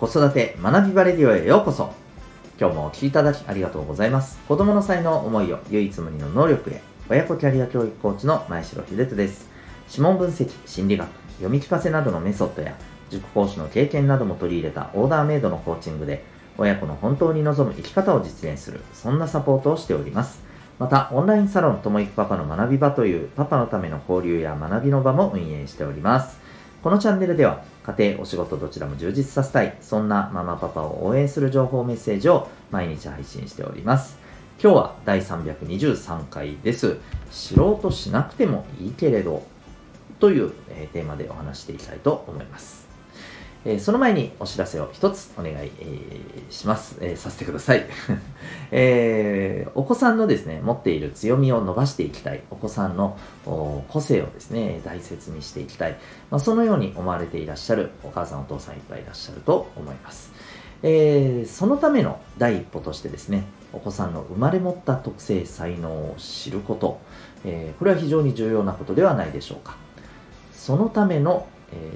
子育て学びバレディオへようこそ。今日もお聞きいただきありがとうございます。子供の才能、思いを唯一無二の能力へ、親子キャリア教育コーチの前城秀人です。指紋分析、心理学、読み聞かせなどのメソッドや塾講師の経験なども取り入れたオーダーメイドのコーチングで、親子の本当に望む生き方を実現する、そんなサポートをしております。また、オンラインサロンともいくパパの学び場というパパのための交流や学びの場も運営しております。このチャンネルでは、家庭、お仕事どちらも充実させたい、そんなママパパを応援する情報メッセージを毎日配信しております。今日は第323回です。知ろうとしなくてもいいけれどという、テーマでお話していきたいと思います。その前にお知らせを一つお願い、します。させてください。お子さんのですね、持っている強みを伸ばしていきたい。お子さんの個性をですね、大切にしていきたい。そのように思われていらっしゃるお母さんお父さんいっぱいいらっしゃると思います。そのための第一歩としてですね、お子さんの生まれ持った特性、才能を知ること。これは非常に重要なことではないでしょうか。そのための、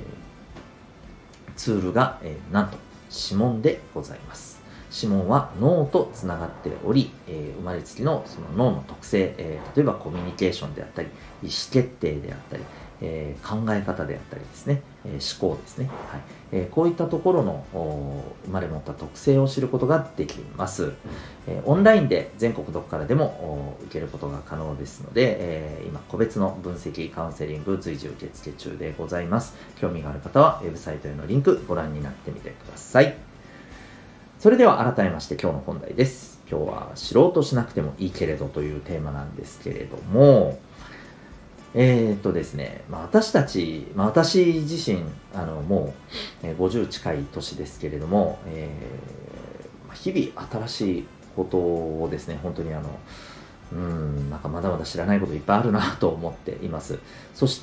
ツールが、なんと指紋でございます。指紋は脳とつながっており、生まれつきのその脳の特性、例えばコミュニケーションであったり、意思決定であったり、考え方であったりですね、思考ですね、はいこういったところの生まれ持った特性を知ることができます。オンラインで全国どこからでも受けることが可能ですので、今個別の分析カウンセリング随時受付中でございます。興味がある方はウェブサイトへのリンクご覧になってみてください。それでは改めまして今日の本題です。今日は知ろうとしなくてもいいけれどというテーマなんですけれども、ですね、私たち、私自身、もう50近い年ですけれども、日々新しいことをですね、本当になんかまだまだ知らないこといっぱいあるなと思っています。そして、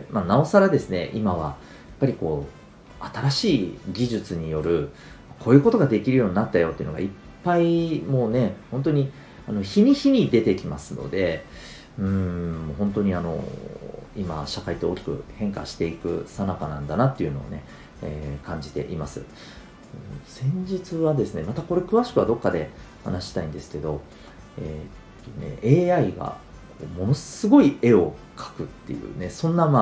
なおさらですね、今はやっぱり新しい技術によるこういうことができるようになったよっていうのがいっぱいもうね、本当に日に日に出てきますので、本当に今社会って大きく変化していく最中なんだなっていうのをね、感じています。先日はですね、またこれ詳しくはどっかで話したいんですけど、AI がものすごい絵を描くっていうね、そんな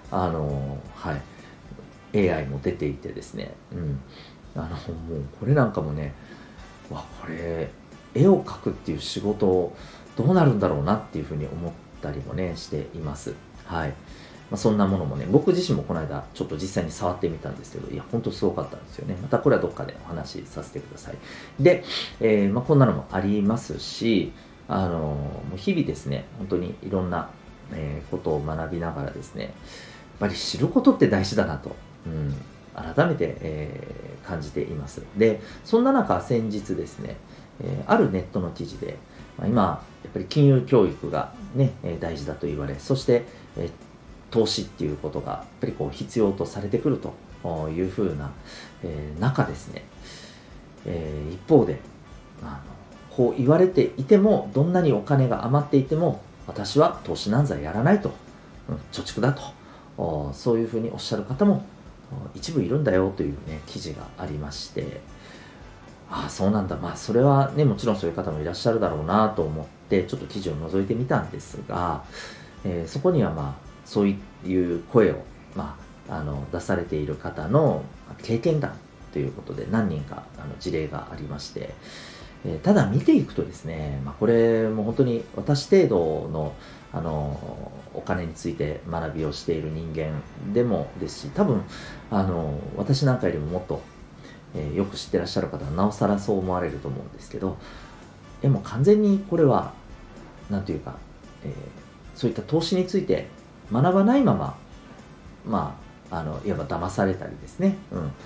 AI も出ていてですね、もうこれなんかもね、これ絵を描くっていう仕事どうなるんだろうなっていうふうに思ったりもねしています。はい。そんなものもね、僕自身もこの間ちょっと実際に触ってみたんですけど、いや、本当すごかったんですよね。またこれはどっかでお話しさせてください。で、こんなのもありますし、もう日々ですね、本当にいろんな、ことを学びながらですね、やっぱり知ることって大事だなと、改めて、感じています。で、そんな中、先日ですね、あるネットの記事で、今、やっぱり金融教育がね、大事だと言われ、そして、投資っていうことがやっぱり必要とされてくるというふうな、中ですね、一方でこう言われていても、どんなにお金が余っていても私は投資なんざやらないと、貯蓄だとそういうふうにおっしゃる方も一部いるんだよというね記事がありまして、そうなんだ、それはねもちろんそういう方もいらっしゃるだろうなと思ってちょっと記事を覗いてみたんですが、そこにはそういう声を、出されている方の経験談ということで何人か事例がありまして、ただ見ていくとですね、これも本当に私程度のお金について学びをしている人間でもですし、多分私なんかよりももっと、よく知ってらっしゃる方はなおさらそう思われると思うんですけど、もう完全にこれはなんというか、そういった投資について学ばないまま、いわば騙されたりですね、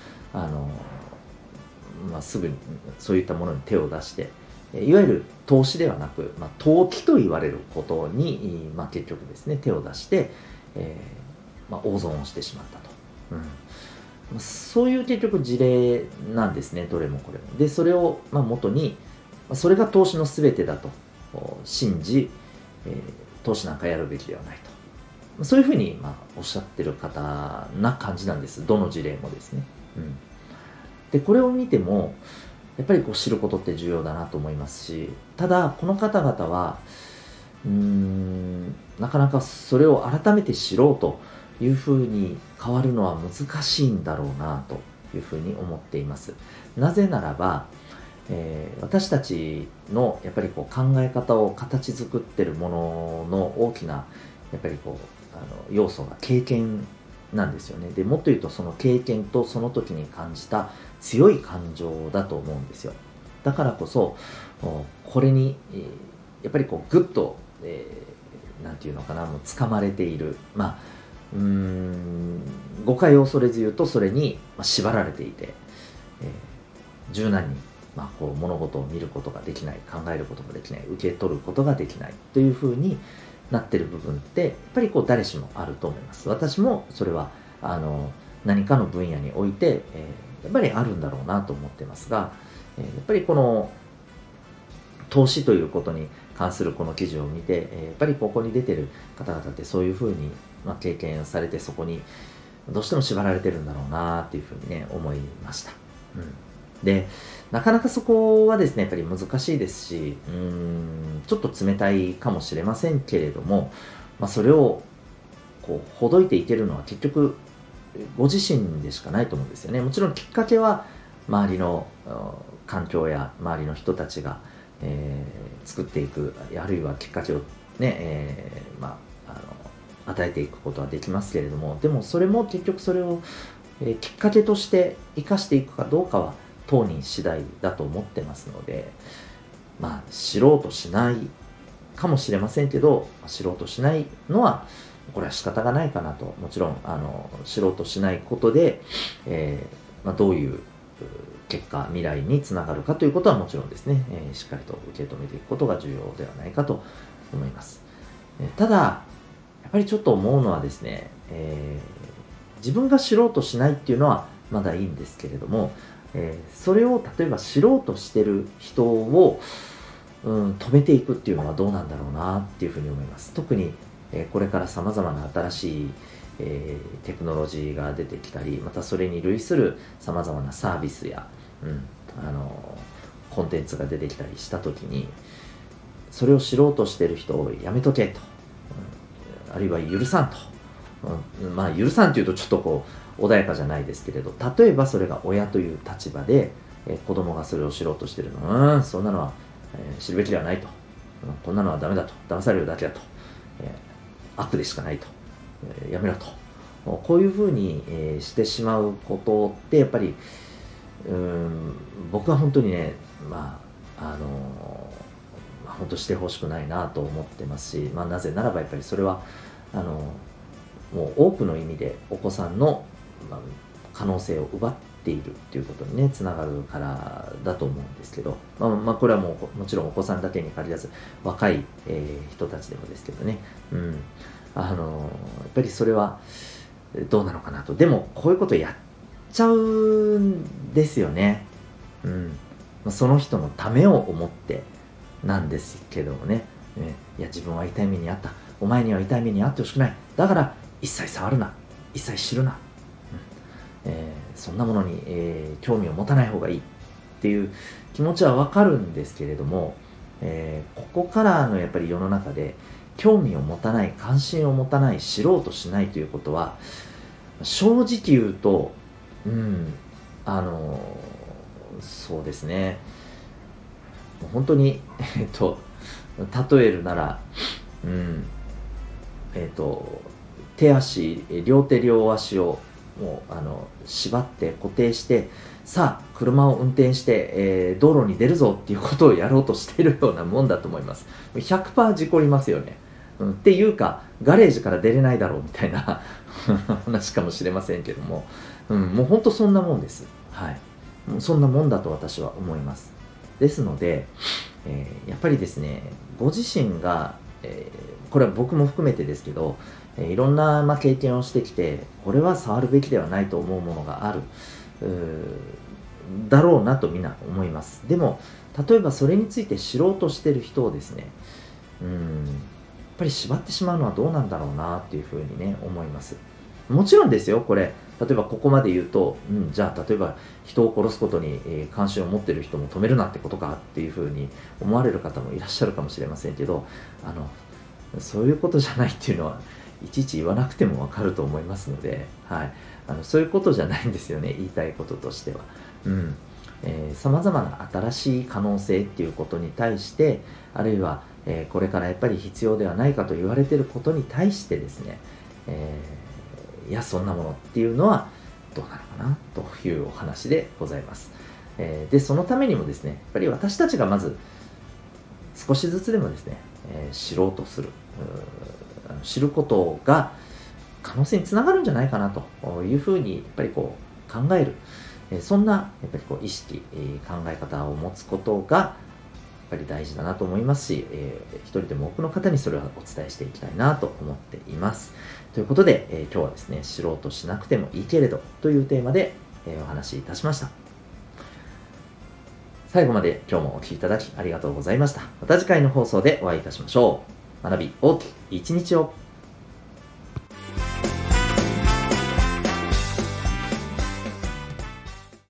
すぐにそういったものに手を出して、いわゆる投資ではなく、投機と言われることに、結局ですね、手を出して、大損をしてしまったと。そういう結局事例なんですね、どれもこれも。で、それを元に、それが投資の全てだと信じ、投資なんかやるべきではないと。そういうふうにおっしゃってる方な感じなんです。どの事例もですね。 で、これを見ても、やっぱりこう知ることって重要だなと思いますし、ただ、この方々は、なかなかそれを改めて知ろうというふうに変わるのは難しいんだろうなというふうに思っています。なぜならば、私たちのやっぱりこう考え方を形作ってるものの大きなやっぱりこう要素が経験なんですよね。でもっと言うとその経験とその時に感じた強い感情だと思うんですよ。だからこそこれに、やっぱりこうグッと、なんていうのかな、もう掴まれている、誤解を恐れず言うとそれに縛られていて、柔軟にこう物事を見ることができない、考えることができない、受け取ることができないというふうになってる部分ってやっぱりこう誰しもあると思います。私もそれは何かの分野において、やっぱりあるんだろうなと思ってますが、やっぱりこの投資ということに関するこの記事を見て、やっぱりここに出てる方々ってそういうふうに経験されて、そこにどうしても縛られてるんだろうなっていうふうにね思いました。で、なかなかそこはですねやっぱり難しいですし、ちょっと冷たいかもしれませんけれども、それをこうほどいていけるのは結局ご自身でしかないと思うんですよね。もちろんきっかけは周りの環境や周りの人たちが、作っていく、あるいはきっかけをね、与えていくことはできますけれども、でもそれも結局それを、きっかけとして生かしていくかどうかは当人次第だと思ってますので、知ろうとしないかもしれませんけど、知ろうとしないのはこれは仕方がないかなと。もちろん知ろうとしないことで、どういう結果、未来につながるかということはもちろんですね、しっかりと受け止めていくことが重要ではないかと思います。ただ、やっぱりちょっと思うのはですね、自分が知ろうとしないっていうのはまだいいんですけれども、それを例えば知ろうとしてる人を、止めていくっていうのはどうなんだろうなっていうふうに思います。特に、これから様々な新しいテクノロジーが出てきたり、またそれに類する様々なサービスや、コンテンツが出てきたりしたときに、それを知ろうとしている人をやめとけと、あるいは許さんと、許さんというとちょっとこう穏やかじゃないですけれど、例えばそれが親という立場で、子供がそれを知ろうとしているの、そんなのは、知るべきではないと、こんなのはダメだと、騙されるだけだと、悪でしかないと、やめろと、こういうふうに、してしまうことってやっぱり僕は本当にね、本当してほしくないなと思ってますし、なぜならばやっぱりそれはもう多くの意味でお子さんの、可能性を奪っているっていうことにねつながるからだと思うんですけど、これはもちろんお子さんだけに限らず若い、人たちでもですけどね、やっぱりそれはどうなのかなと。でもこういうことやっちゃうんですよね。その人のためを思ってなんですけどもね。いや自分は痛い目にあった。お前には痛い目にあってほしくない。だから一切触るな。一切知るな。そんなものに、興味を持たない方がいいっていう気持ちはわかるんですけれども、ここからのやっぱり世の中で興味を持たない、関心を持たない、知ろうとしないということは正直言うと、そうですね、本当に例えるなら、手足、両手両足をもう縛って固定して、さあ車を運転して、道路に出るぞっていうことをやろうとしているようなもんだと思います。100% 事故りますよね。っていうかガレージから出れないだろうみたいな話かもしれませんけども、もう本当そんなもんです。はい。もうそんなもんだと私は思います。ですので、やっぱりですね、ご自身が、これは僕も含めてですけど、いろんな、経験をしてきて、これは触るべきではないと思うものがあるだろうなとみんな思います。でも例えばそれについて知ろうとしている人をですね、やっぱり縛ってしまうのはどうなんだろうなっていうふうにね思います。 もちろんですよ、これ。例えばここまで言うと、じゃあ例えば人を殺すことに、関心を持っている人も止めるなってことかっていうふうに思われる方もいらっしゃるかもしれませんけど、そういうことじゃないっていうのはいちいち言わなくてもわかると思いますので、はい。そういうことじゃないんですよね、言いたいこととしては。様々な新しい可能性っていうことに対して、あるいは、これからやっぱり必要ではないかと言われていることに対してですね、いや、そんなものっていうのはどうなのかなというお話でございます。で、そのためにもですね、やっぱり私たちがまず少しずつでもですね、知ろうとする、知ることが可能性につながるんじゃないかなというふうにやっぱりこう考える、そんなやっぱりこう意識、考え方を持つことがやっぱり大事だなと思いますし、一人でも多くの方にそれはお伝えしていきたいなと思っています。ということで、今日はですね、知ろうとしなくてもいいけれどというテーマで、お話しいたしました。最後まで今日もお聞きいただきありがとうございました。また次回の放送でお会いいたしましょう。学び大きい一日を。